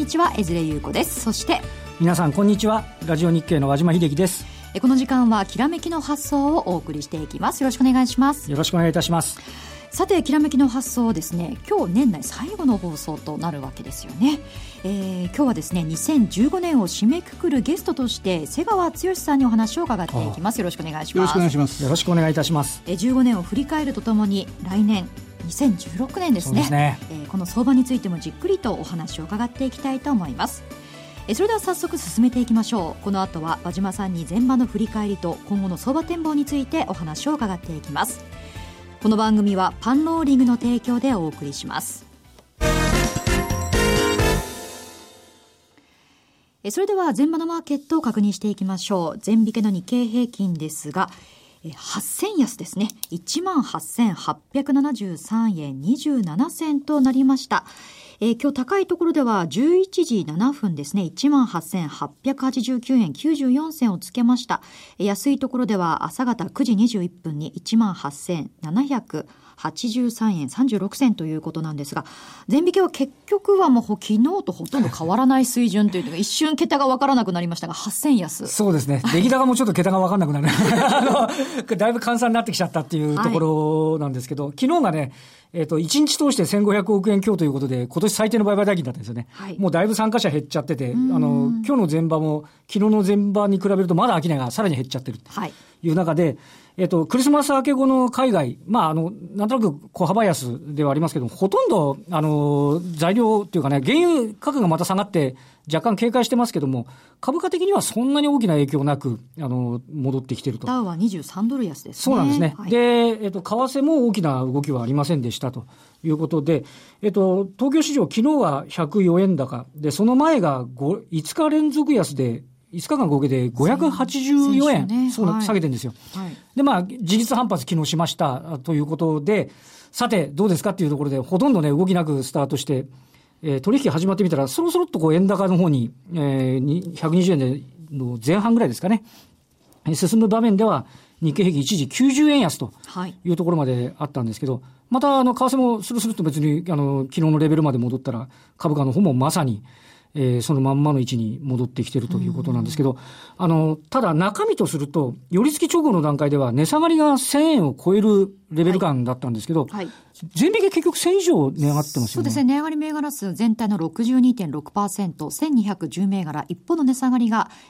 ちは、江連優子です。そして皆さんこんにちは、ラジオ日経の和島秀樹です。 この時間はきらめきの発想をお送りしていきます。よろしくお願いします。 よろしくお願いいたします。 さて、きらめきの発想ですね、今日年内最後の放送となるわけですよね。今日はですね、2015年を締めくくるゲストとして瀬川剛さんにお話を伺っていきます。よろしくお願いします。 よろしくお願いします。 よろしくお願いいたします。 15年を振り返るとともに来年2016年ですね。 そうですね。 この相場についてもじっくりとお話を伺っていきたいと思います。それでは早速進めていきましょう。この後は和島さんに前場の振り返りと今後の相場展望についてお話を伺っていきます。この番組はパンローリングの提供でお送りします。それでは前場のマーケットを確認していきましょう。前引けの日経平均ですが8000安ですね。 18,873 円27銭となりました。今日高いところでは11時7分ですね、 18,889 円94銭をつけました。安いところでは朝方9時21分に 18,783 円36銭ということなんですが、前引けは結局はもう昨日とほとんど変わらない水準というのが一瞬桁が分からなくなりましたが、8000安。 そうですね、出来高もちょっと桁が分からなくなるだいぶ換算になってきちゃったっていうところなんですけど、昨日がね1日通して1500億円強ということで、今年最低の売買代金だったんですよね。はい、もうだいぶ参加者減っちゃってて、今日の前場も昨日の前場に比べるとまだ商いがさらに減っちゃってるという中で、クリスマス明け後の海外、なんとなく小幅安ではありますけども、ほとんど材料というかね、原油価格がまた下がって若干警戒してますけども、株価的にはそんなに大きな影響なく戻ってきてると。 ダウは23ドル安ですね。 そうなんですね。はい、で、為替も大きな動きはありませんでしたということで、東京市場昨日は104円高で、その前が5日連続安で5日間合計で584円、ね、下げてるんですよ。はい、で、事実反発昨日しましたということで、さてどうですかっていうところで、ほとんどね動きなくスタートして、取引始まってみたらそろそろっと円高の方に、120円での前半ぐらいですかね、進む場面では日経平均一時90円安というところまであったんですけど、また為替もスルスルと別に昨日のレベルまで戻ったら、株価の方もまさにそのまんまの位置に戻ってきているということなんですけど、ただ中身とすると、寄り付き直後の段階では値下がりが1000円を超えるレベル感だったんですけど、はいはい、前引け結局1000以上値上がってますよね。 そうですね、値上がり銘柄数全体の 62.6%、1210銘柄、一方の値下がりが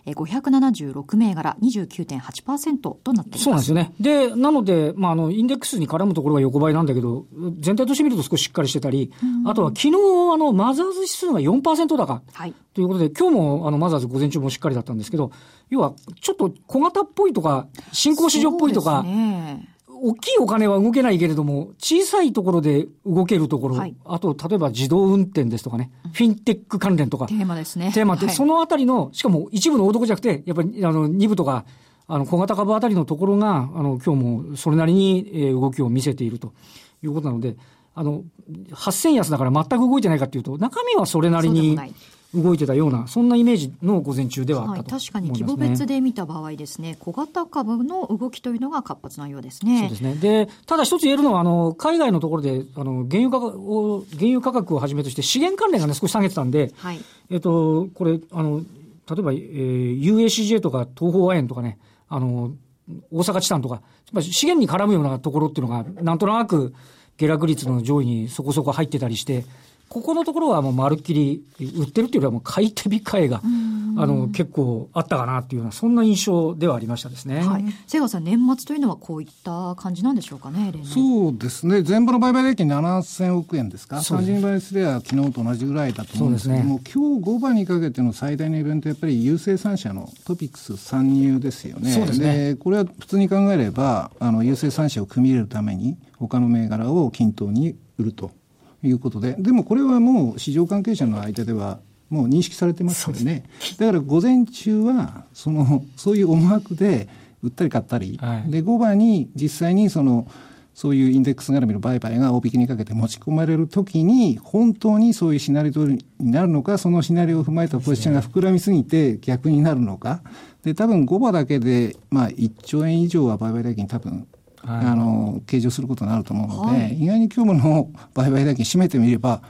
576銘柄、29.8% となっています。 そうなんですよね。で、なので、インデックスに絡むところが横ばいなんだけど、全体として見ると少ししっかりしてたり、あとは昨日マザーズ指数が 4% 高、はい、ということで、今日もマザーズ午前中もしっかりだったんですけど、要はちょっと小型っぽいとか新興市場っぽいとか、大きいお金は動けないけれども小さいところで動けるところ、はい、あと例えば自動運転ですとかね、フィンテック関連とかテーマですね。 テーマって、はい、そのあたりの、しかも一部の大とこじゃなくて、やっぱり2部とか小型株あたりのところが今日もそれなりに動きを見せているということなので、8000安だから全く動いてないかというと、中身はそれなりに動いてたような、そんなイメージの午前中ではあったと思いますね。 確かに規模別で見た場合ですね、小型株の動きというのが活発なようですね。 そうですね。で、ただ一つ言えるのは、海外のところで原油価格をはじめとして資源関連がね少し下げてたんで、はい、これ例えば、UACJ とか東方亜鉛とかね、大阪チタンとか資源に絡むようなところっていうのがなんとなく下落率の上位にそこそこ入ってたりして、ここのところはもうまるっきり売ってるっていうよりはもう買い手控えが結構あったかなっていうような、そんな印象ではありましたですね。はい、 瀬川さん、年末というのはこういった感じなんでしょうかね。 そうですね、前場の売買代金7000億円ですか。30倍すれば昨日と同じぐらいだと思うんですけども、今日5番にかけての最大のイベントはやっぱり優勢3社のトピックス参入ですよね。 そうですね。 でこれは普通に考えれば優勢3社を組み入れるために他の銘柄を均等に売るということで、でもこれはもう市場関係者の間ではもう認識されてますよね。だから午前中はそういう思惑で売ったり買ったり、はい、で5番に実際にそういうインデックス絡みの売買が大引きにかけて持ち込まれるときに本当にそういうシナリオになるのか、そのシナリオを踏まえたポジションが膨らみすぎて逆になるのかで、多分5番だけで1兆円以上は売買代金多分計上することになると思うので、はい、意外に今日の売買代金締めてみれば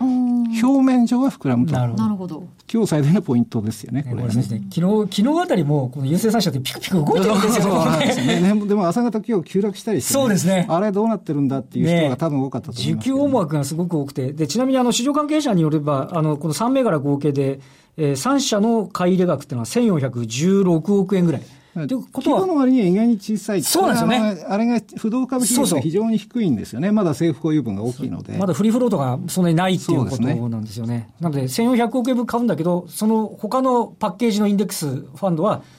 表面上は膨らむと。 なるほど。 今日最大のポイントですよね、これね。 昨日あたりも、この優勢3社ってピクピク動いてるんですよね。でも朝方今日急落したりして、ね、 そうですね。 あれどうなってるんだっていう人が多分多かったと思います、ね。 需給思惑がすごく多くて、で、ちなみに市場関係者によれば、この3銘柄合計で、3社の買い入れ額っていうのは1416億円ぐらい。 ということは、規模の割には意外に小さい。 そうなんですよね。 あれが不動株比率が非常に低いんですよね。まだ政府保有分が大きいので。 まだフリーフロートがそんなにないっていうことなんですよね。なので、1400億円分買うんだけど、その他のパッケージのインデックスファンドは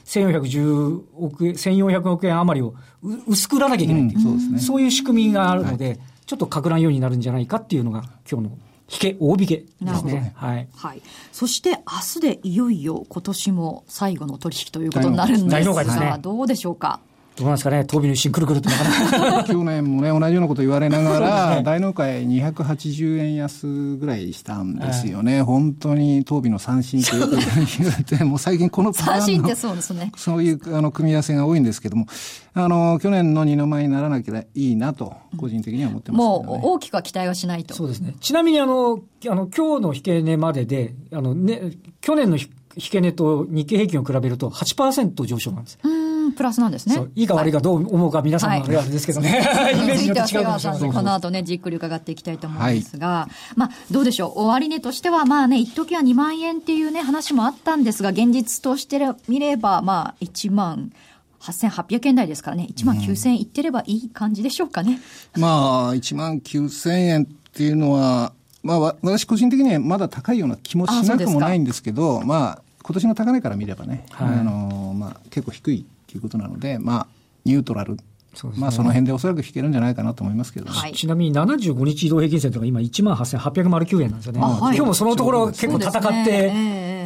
1400億円余りを薄く売らなきゃいけないっていう、そういう仕組みがあるので、ちょっとかく乱要因になるんじゃないかっていうのが今日の大引けですね。はい。 はい。そして明日でいよいよ今年も最後の取引ということになるんですが、ね、どうでしょうか。 どうなんですかね、東美の一心くるくるってなかなか去年もね、同じようなこと言われながら、大納会280円安ぐらいしたんですよね。本当に東美の三振ということに言われて、もう最近このパターンの三振ってそうですね。 そういう組み合わせが多いんですけども、去年の二の舞にならなきゃいいなと、個人的には思ってますけどね。 もう大きくは期待はしないと。 そうですね。ちなみに今日の引け値までで、去年の引け値と日経平均を比べると 8% 上昇なんです。 プラスなんですね。 いいか悪いかどう思うか皆さんのあれですけどね。 イメージによって違うかもしれません。この後ね、じっくり伺っていきたいと思うんですが、どうでしょう。終値としては一時は2万円っていうね、話もあったんですが、現実としてみれば、1万8800円台ですからね、1万9000円いってればいい感じでしょうかね。 1万9000円っていうのは、私個人的にはまだ高いような気もしなくもないんですけど、今年の高値から見ればね、結構低いということなので、ニュートラル。その辺でおそらく引けるんじゃないかなと思いますけど、ね。 ちなみに75日移動平均線とか今 18,809 円なんですよね。今日もそのところ結構戦って、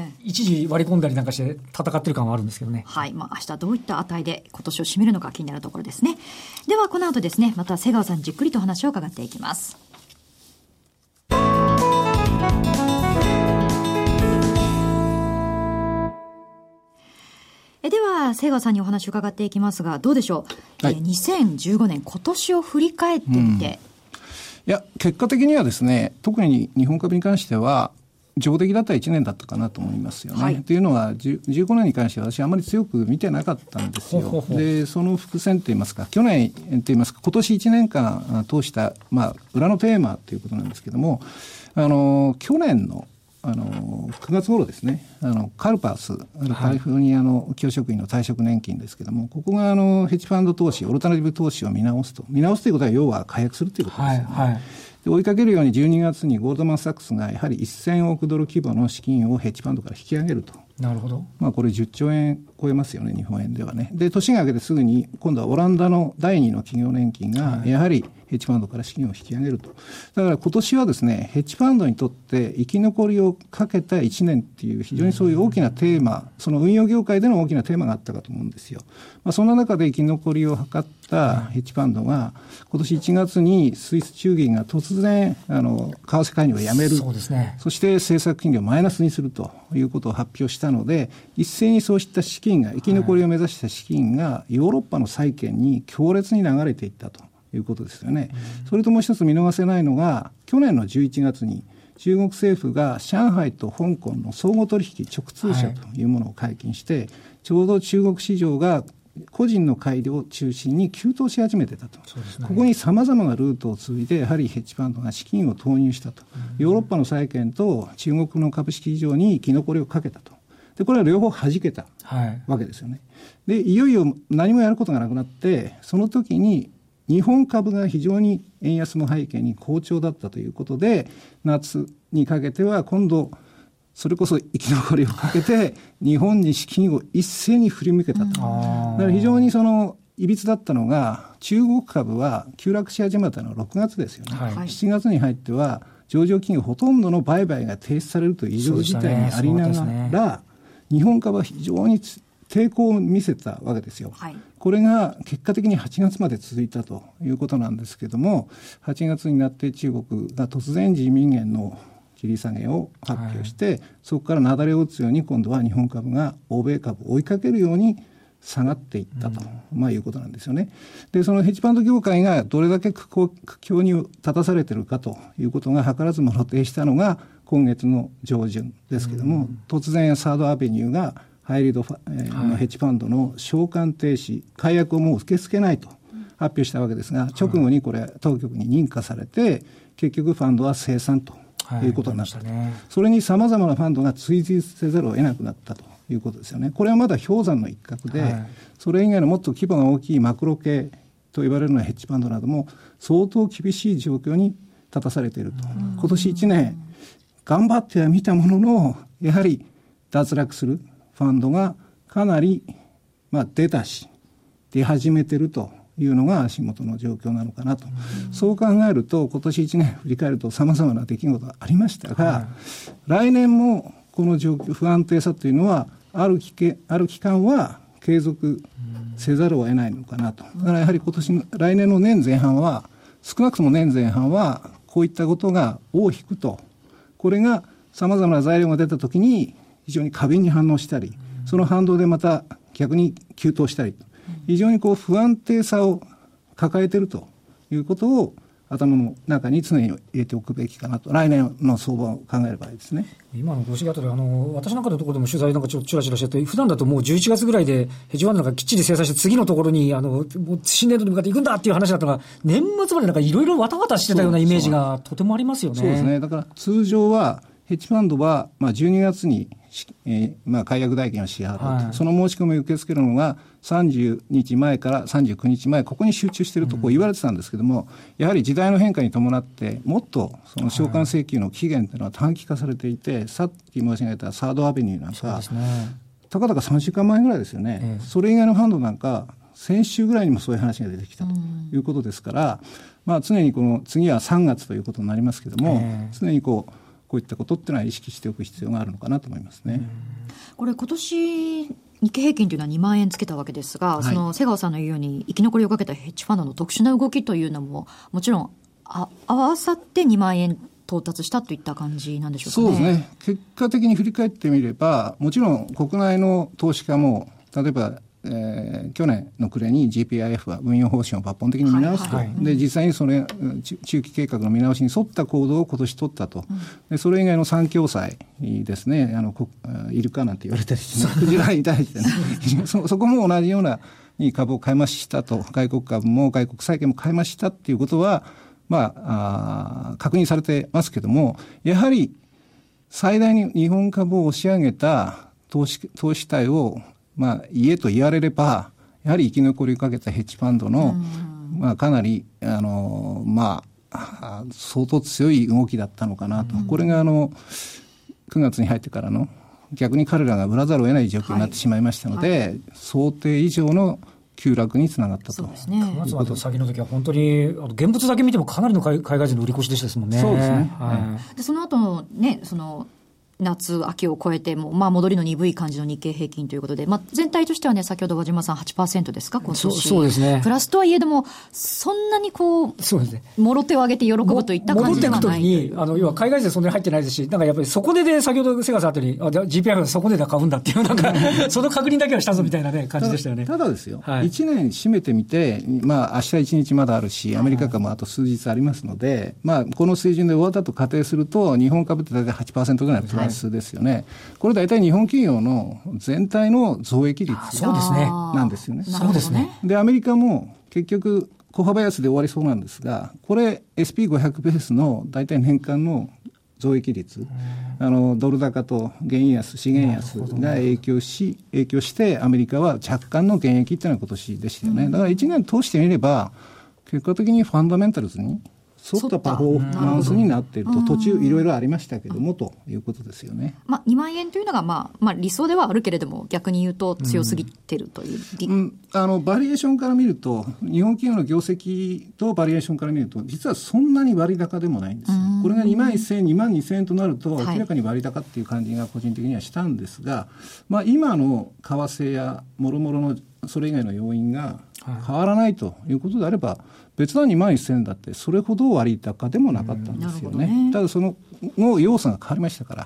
一時割り込んだりなんかして戦ってる感はあるんですけどね。 はい。明日どういった値で今年を締めるのか気になるところですね。ではこの後ですね、また瀬川さんじっくりと話を伺っていきます。では瀬川さんにお話を伺っていきますが、どうでしょう、2015年今年を振り返ってみて、 いや結果的にはですね、特に日本株に関しては上出来だった1年だったかなと思いますよね。というのは15年に関しては私はあまり強く見てなかったんですよ。でその伏線といいますか、去年といいますか、今年1年間通した、裏のテーマということなんですけども、去年の9月頃ですね、カルパス、カリフォルニアの教職員の退職年金ですけども、ここがヘッジファンド投資、オルタナティブ投資を見直すということは、要は解約するということですよね。で追いかけるように12月にゴールドマン・サックスがやはり1000億ドル規模の資金をヘッジファンドから引き上げると。 なるほど。 これ10兆円超えますよね、日本円ではね。で年が明けてすぐに今度はオランダの第2の企業年金がやはりヘッジファンドから資金を引き上げると。だから今年はですね、ヘッジファンドにとって生き残りをかけた1年っていう非常にそういう大きなテーマ、その運用業界での大きなテーマがあったかと思うんですよ。そんな中で生き残りを図ったヘッジファンドが今年1月にスイス中銀が突然為替介入をやめる。 そうですね。 そして政策金利をマイナスにするということを発表したので、一斉にそうした資金が、生き残りを目指した資金がヨーロッパの債券に強烈に流れていったということですよね。それともう一つ見逃せないのが、去年の11月に中国政府が上海と香港の相互取引直通車というものを解禁して、ちょうど中国市場が個人の買いを中心に急騰し始めてたと。ここに様々なルートを通じてやはりヘッジファンドが資金を投入したと。ヨーロッパの債券と中国の株式市場に生き残りをかけたと。でこれは両方弾けたわけですよね。でいよいよ何もやることがなくなって、その時に日本株が非常に円安も背景に好調だったということで、夏にかけては今度それこそ生き残りをかけて日本に資金を一斉に振り向けたと。だから非常にいびつだったのが、中国株は急落し始めたのは6月ですよね。7月に入っては上場企業ほとんどの売買が停止されるという異常事態にありながら、日本株は非常に抵抗を見せたわけですよ。これが結果的に8月まで続いたということなんですけども、8月になって中国が突然人民元の切り下げを発表して、そこから雪崩を打つように今度は日本株が欧米株を追いかけるように下がっていったと、いうことなんですよね。で、そのヘッジファンド業界がどれだけ苦境に立たされているかということが図らずも露呈したのが今月の上旬ですけれども、突然サードアベニューがハイリードのヘッジファンドの償還停止、解約をもう受け付けないと発表したわけですが、直後にこれ当局に認可されて、結局ファンドは清算ということになった、それにさまざまなファンドが追随せざるを得なくなったということですよね。これはまだ氷山の一角で、それ以外のもっと規模が大きいマクロ系と言われるようなヘッジファンドなども相当厳しい状況に立たされていると。今年1年頑張ってはみたものの、やはり脱落するファンドがかなり、出始めているというのが足元の状況なのかなと。そう考えると今年1年振り返ると様々な出来事がありましたが、来年もこの状況、不安定さというのはある期間は継続せざるを得ないのかなと。だからやはり来年の年前半は、少なくとも年前半はこういったことが尾を引くと、これが様々な材料が出たときに非常に過敏に反応したり、その反動でまた逆に急騰したり、非常に不安定さを抱えているということを頭の中に常に入れておくべきかなと、来年の相場を考える場合ですね。 今のご指摘あたり、私なんかのところでも取材なんかちょっとチラチラしてて、普段だともう11月ぐらいでヘッジファンドなんかきっちり精査して次のところにもう新年度に向かっていくんだっていう話だったのが、年末までなんかいろいろわたわたしてたようなイメージがとてもありますよね。 そうですね。だから通常はヘッジファンドは12月に解約代金を支払う、その申し込みを受け付けるのが30日前から39日前、ここに集中していると言われてたんですけども、やはり時代の変化に伴ってもっとその償還請求の期限というのは短期化されていて、さっき申し上げたサードアベニューなんか、たかだか3週間前ぐらいですよね、それ以外のファンドなんか先週ぐらいにもそういう話が出てきたということですから、常に次は3月ということになりますけども、常にこういったことっていうのは意識しておく必要があるのかなと思いますね。 これ今年日経平均というのは2万円つけたわけですが、その瀬川さんの言うように生き残りをかけたヘッジファンドの特殊な動きというのももちろん合わさって2万円到達したといった感じなんでしょうかね。 そうですね。結果的に振り返ってみれば、もちろん国内の投資家も例えば去年の暮れに GPIF は運用方針を抜本的に見直すと、で実際にそれ中期計画の見直しに沿った行動を今年取ったと。でそれ以外の3共済ですね、イルカなんて言われたりクジラに対してねそこも同じようなに株を買い増ししたと、外国株も外国債券も買い増ししたっていうことは確認されてますけども、やはり最大に日本株を押し上げた投資体を家と言われれば、やはり生き残りをかけたヘッジファンドの、かなり相当強い動きだったのかなと。これが9月に入ってからの逆に彼らが売らざるを得ない状況になってしまいましたので、想定以上の急落につながったと。 そうですね。9月まで先の時は本当に現物だけ見てもかなりの海外人の売り越しでしたもんね。 そうですね。 でその後のね、夏秋を超えても戻りの鈍い感じの日経平均ということで、全体としてはね、先ほど和島さん 8% ですか今年。 そうですね。 プラスとはいえでもそんなにそうですね、もろ手を挙げて喜ぶといった感じではない。 戻っていくときに要は海外勢そんなに入ってないですし、なんかやっぱり底値で先ほど瀬川さんあたりGPI が底値で買うんだっていうなんかその確認だけはしたぞみたいなね感じでしたよね。 ただですよ、1年締めてみて、明日1日まだあるし、アメリカ株もあと数日ありますので、この水準で終わったと仮定すると、日本株って大体 8% ぐらいのプラスですよね。これ大体日本企業の全体の増益率なんですよね。 そうですね。 で、アメリカも結局小幅安で終わりそうなんですが、これ SP500 ベースの大体年間の増益率、ドル高と原油安、資源安が影響してアメリカは若干の減益っていうのは今年でしたよね。だから1年通してみれば結果的にファンダメンタルズに沿ったパフォーマンスになっていると、途中いろいろありましたけどもということですよね。 2万円というのが理想ではあるけれども、逆に言うと強すぎてるという、 バリエーションから見ると、日本企業の業績とバリエーションから見ると実はそんなに割高でもないんですよ。これが2万1000円2万2000円となると明らかに割高っていう感じが個人的にはしたんですが、今の為替やもろもろのそれ以外の要因が変わらないということであれば、別段2万1000円だってそれほど割高でもなかったんですよね。ただその要素が変わりましたから、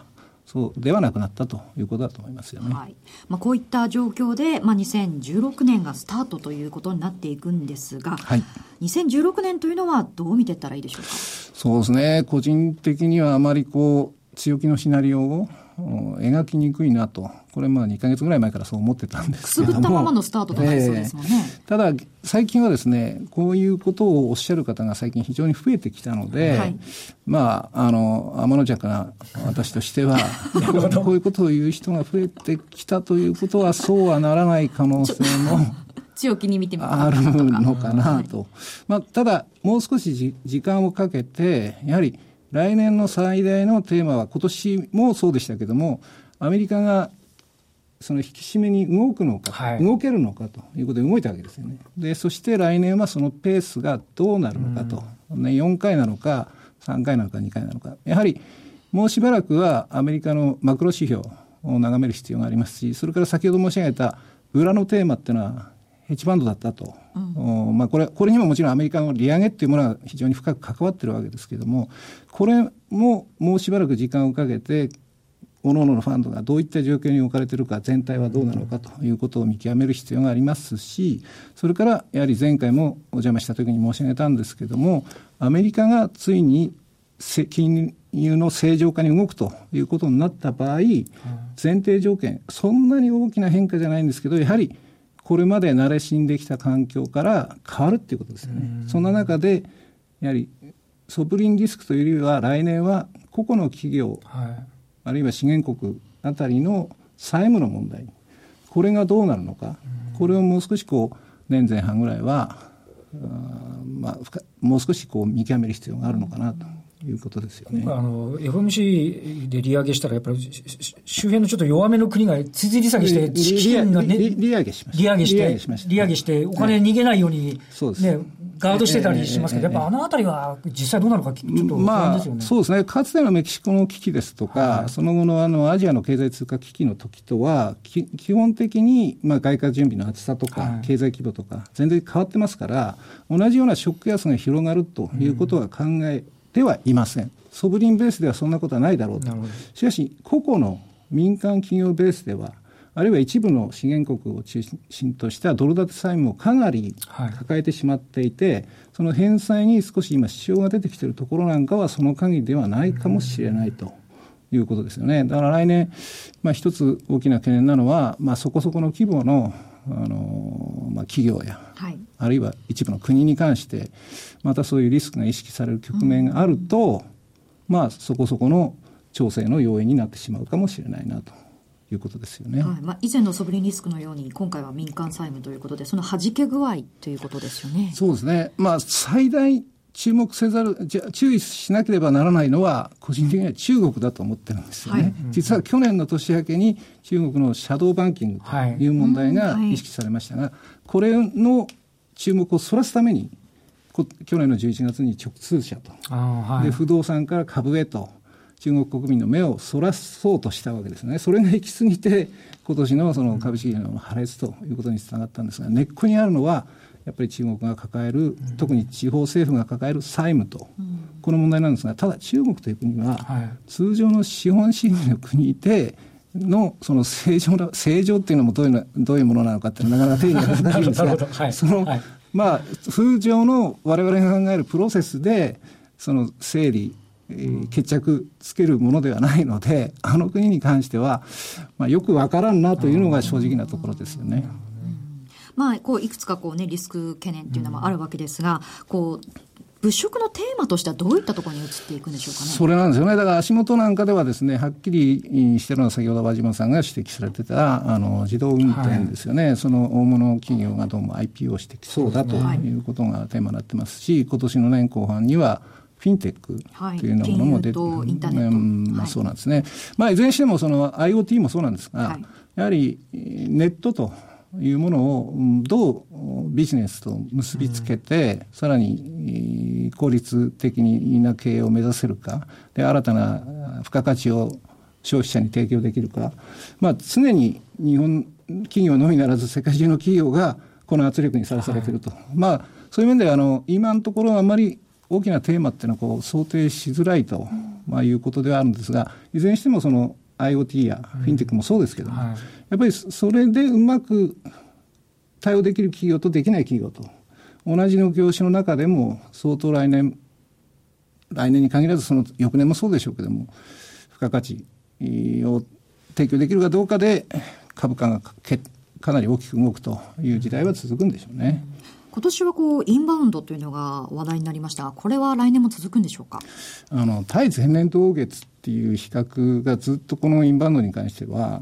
そうではなくなったということだと思いますよね。 はい。こういった状況で、2016年がスタートということになっていくんですが、 はい、 2016年というのはどう見ていったらいいでしょうか。 そうですね、個人的にはあまり強気のシナリオを描きにくいなと、これ2ヶ月ぐらい前からそう思ってたんですけども、 くすぐったままのスタートとなりそうですもんね。 ただ最近はですね、こういうことをおっしゃる方が最近非常に増えてきたので、はい、天の弱な私としてはこういうことを言う人が増えてきたということはそうはならない可能性も強気に見てみあるのかなと、ただもう少し時間をかけて、やはり来年の最大のテーマは、今年もそうでしたけども、アメリカがその引き締めに動くのか、はい、動けるのかということで動いたわけですよね。で、そして来年はそのペースがどうなるのかと、4回なのか3回なのか2回なのか、やはりもうしばらくはアメリカのマクロ指標を眺める必要がありますし、それから先ほど申し上げた裏のテーマっていうのはヘッジファンドだったと、これにももちろんアメリカの利上げっていうものが非常に深く関わっているわけですけれども、これももうしばらく時間をかけて各々のファンドがどういった状況に置かれているか、全体はどうなのかということを見極める必要がありますし、それからやはり前回もお邪魔した時に申し上げたんですけれども、アメリカがついに金融の正常化に動くということになった場合、前提条件そんなに大きな変化じゃないんですけど、やはりこれまで慣れ親んできた環境から変わるっていうことですよね。そんな中でやはりソブリンリスクというよりは、来年は個々の企業、あるいは資源国あたりの債務の問題、これがどうなるのか、これをもう少し年前半ぐらいはもう少し見極める必要があるのかなということですよね。 FOMC で利上げしたら、やっぱり周辺のちょっと弱めの国がついつい利下げして、資金がね、利上げして、お金逃げないように、ね、ガードしてたりしますけど、やっぱあのあたりは実際どうなのか、ちょっと不安ですよね。 そうですね。かつてのメキシコの危機ですとか、その後のアジアの経済通貨危機の時とは、基本的に外貨準備の厚さとか、経済規模とか、全然変わってますから、同じようなショック安が広がるということは考えてはいません。ソブリンベースではそんなことはないだろうと。しかし個々の民間企業ベースでは、あるいは一部の資源国を中心としたドル建て債務をかなり抱えてしまっていて、その返済に少し今支障が出てきているところなんかはその限りではないかもしれないということですよね。だから来年、一つ大きな懸念なのは、そこそこの規模の企業や、あるいは一部の国に関してまたそういうリスクが意識される局面があると、そこそこの調整の要因になってしまうかもしれないなということですよね。 以前のソブリンリスクのように今回は民間債務ということで、その弾け具合ということですよね。 そうですね。最大注意しなければならないのは個人的には中国だと思ってるんですよね。実は去年の年明けに中国のシャドーバンキングという問題が意識されましたが、これの注目をそらすために去年の11月に直通車と、で不動産から株へと中国国民の目をそらそうとしたわけですね。それが行き過ぎて今年のその株式の破裂ということにつながったんですが、根っこにあるのはやっぱり中国が抱える、特に地方政府が抱える債務と、この問題なんですが、ただ中国という国は通常の資本主義の国でのその正常っていうのもどういうものなのかっていうのはなかなか定義が難しいんですが、通常の我々が考えるプロセスでその整理決着つけるものではないので、あの国に関しては、よくわからんなというのが正直なところですよね。 いくつかリスク懸念というのもあるわけですが、物色のテーマとしてはどういったところに移っていくんでしょうかね。 それなんですよね。だから足元なんかではですね、はっきりしているのは先ほど和島さんが指摘されてた自動運転ですよね。その大物企業がどうも IPO してきそうだということがテーマになってますし、今年の年後半にはフィンテックというようなものも出て、 インターネット、 そうなんですね。いずれにしてもその IoT もそうなんですが、やはりネットというものをどうビジネスと結びつけて、さらに効率的な経営を目指せるかで、新たな付加価値を消費者に提供できるか、常に日本企業のみならず世界中の企業がこの圧力にさらされていると、そういう面では今のところあまり大きなテーマっていうのは想定しづらいと、いうことではあるんですが、いずれにしてもその IoT やフィンテックもそうですけども、やっぱりそれでうまく対応できる企業とできない企業と同じの業種の中でも相当来年に限らずその翌年もそうでしょうけども付加価値を提供できるかどうかで株価がかなり大きく動くという時代は続くんでしょうね。 今年はインバウンドというのが話題になりましたが、これは来年も続くんでしょうか。 対前年同月っていう比較がずっとこのインバウンドに関しては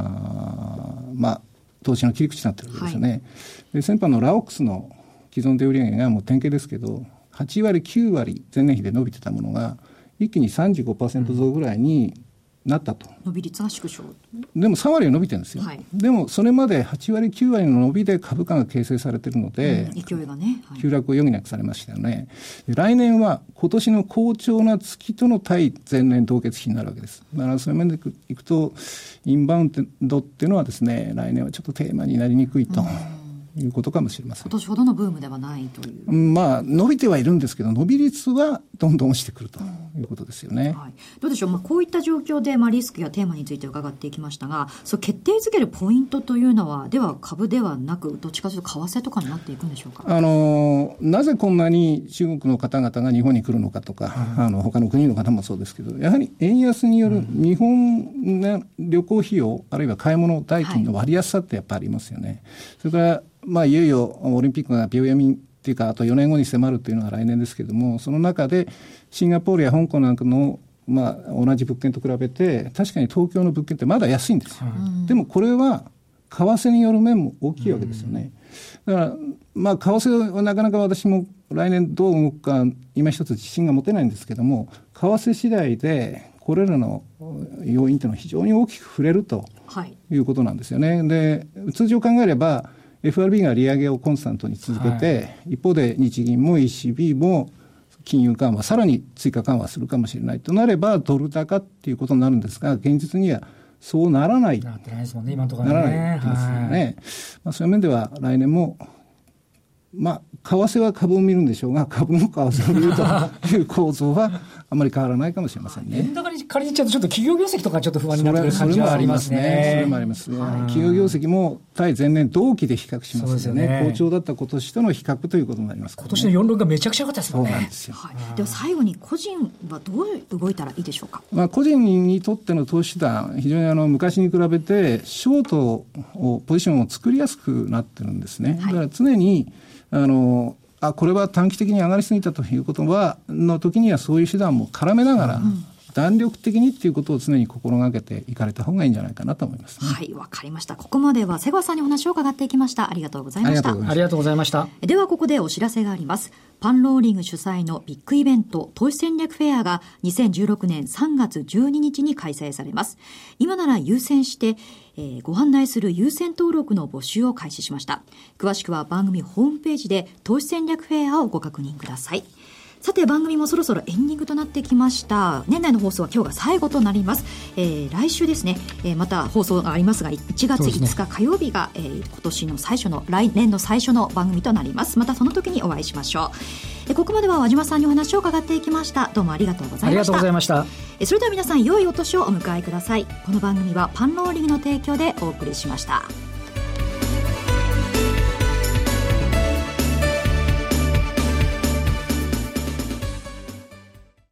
投資の切り口になっているわけですよね、はい、で先般のラオックスの既存で売上がもう典型ですけど8割9割前年比で伸びてたものが一気に 35% 増ぐらいになったと、 伸び率が縮小でも3割は伸びてるんですよ、はい、でもそれまで8割9割の伸びで株価が形成されているので、 勢いがね、 はい、急落を余儀なくされましたよね。で来年は今年の好調な月との対前年同月比になるわけです。だからそういう面でいくとインバウンドっていうのはですね来年はちょっとテーマになりにくいと、いうことかもしれません。 今年ほどのブームではないという、 伸びてはいるんですけど伸び率はどんどん落ちてくるということですよね、 はい、どうでしょう、こういった状況で、リスクやテーマについて伺っていきましたが、そう決定づけるポイントというのはでは株ではなくどっちかというと為替とかになっていくんでしょうか。なぜこんなに中国の方々が日本に来るのかとか、他の国の方もそうですけどやはり円安による日本の旅行費用あるいは買い物代金の割安さってやっぱりありますよね、それからいよいよオリンピックが秒読みっていうかあと4年後に迫るというのが来年ですけれどもその中でシンガポールや香港なんかの、同じ物件と比べて確かに東京の物件ってまだ安いんですよ、でもこれは為替による面も大きいわけですよね、だから為替はなかなか私も来年どう動くか今一つ自信が持てないんですけども為替次第でこれらの要因というのは非常に大きく触れるということなんですよね、で通常考えればFRB が利上げをコンスタントに続けて、一方で日銀も ECB も金融緩和さらに追加緩和するかもしれないとなればドル高っていうことになるんですが現実にはそうならないなってないですもんね今のところね。ならないですよね、そういう面では来年も為替は株を見るんでしょうが株も為替を見るという構造はあまり変わらないかもしれませんね。 円高に借りちゃうとちょっと企業業績とかちょっと不安になってくる感じはありますね。 それもありますね。企業業績も対前年同期で比較しますよね。好調だった今年との比較ということになりますからね。 今年の46がめちゃくちゃ良かったですもんね。 そうなんですよ、 では最後に個人はどう動いたらいいでしょうか。 個人にとっての投資手段非常に昔に比べてショートをポジションを作りやすくなってるんですね、だから常にこれは短期的に上がりすぎたということの時にはそういう手段も絡めながら、弾力的にっていうことを常に心がけていかれた方がいいんじゃないかなと思いますね。 はい、わかりました。ここまでは瀬川さんにお話を伺っていきました。ありがとうございました。 ありがとうございました。 ではここでお知らせがあります。パンローリング主催のビッグイベント投資戦略フェアが2016年3月12日に開催されます。今なら優先してご案内する優先登録の募集を開始しました。詳しくは番組ホームページで投資戦略フェアをご確認ください。さて番組もそろそろエンディングとなってきました。年内の放送は今日が最後となります。来週ですね、また放送がありますが1月5日火曜日が、今年の来年の最初の番組となります。またその時にお会いしましょう。ここまでは和島さんにお話を伺っていきました。どうもありがとうございました。 ありがとうございました。 それでは皆さん良いお年をお迎えください。この番組はパンローリングの提供でお送りしました。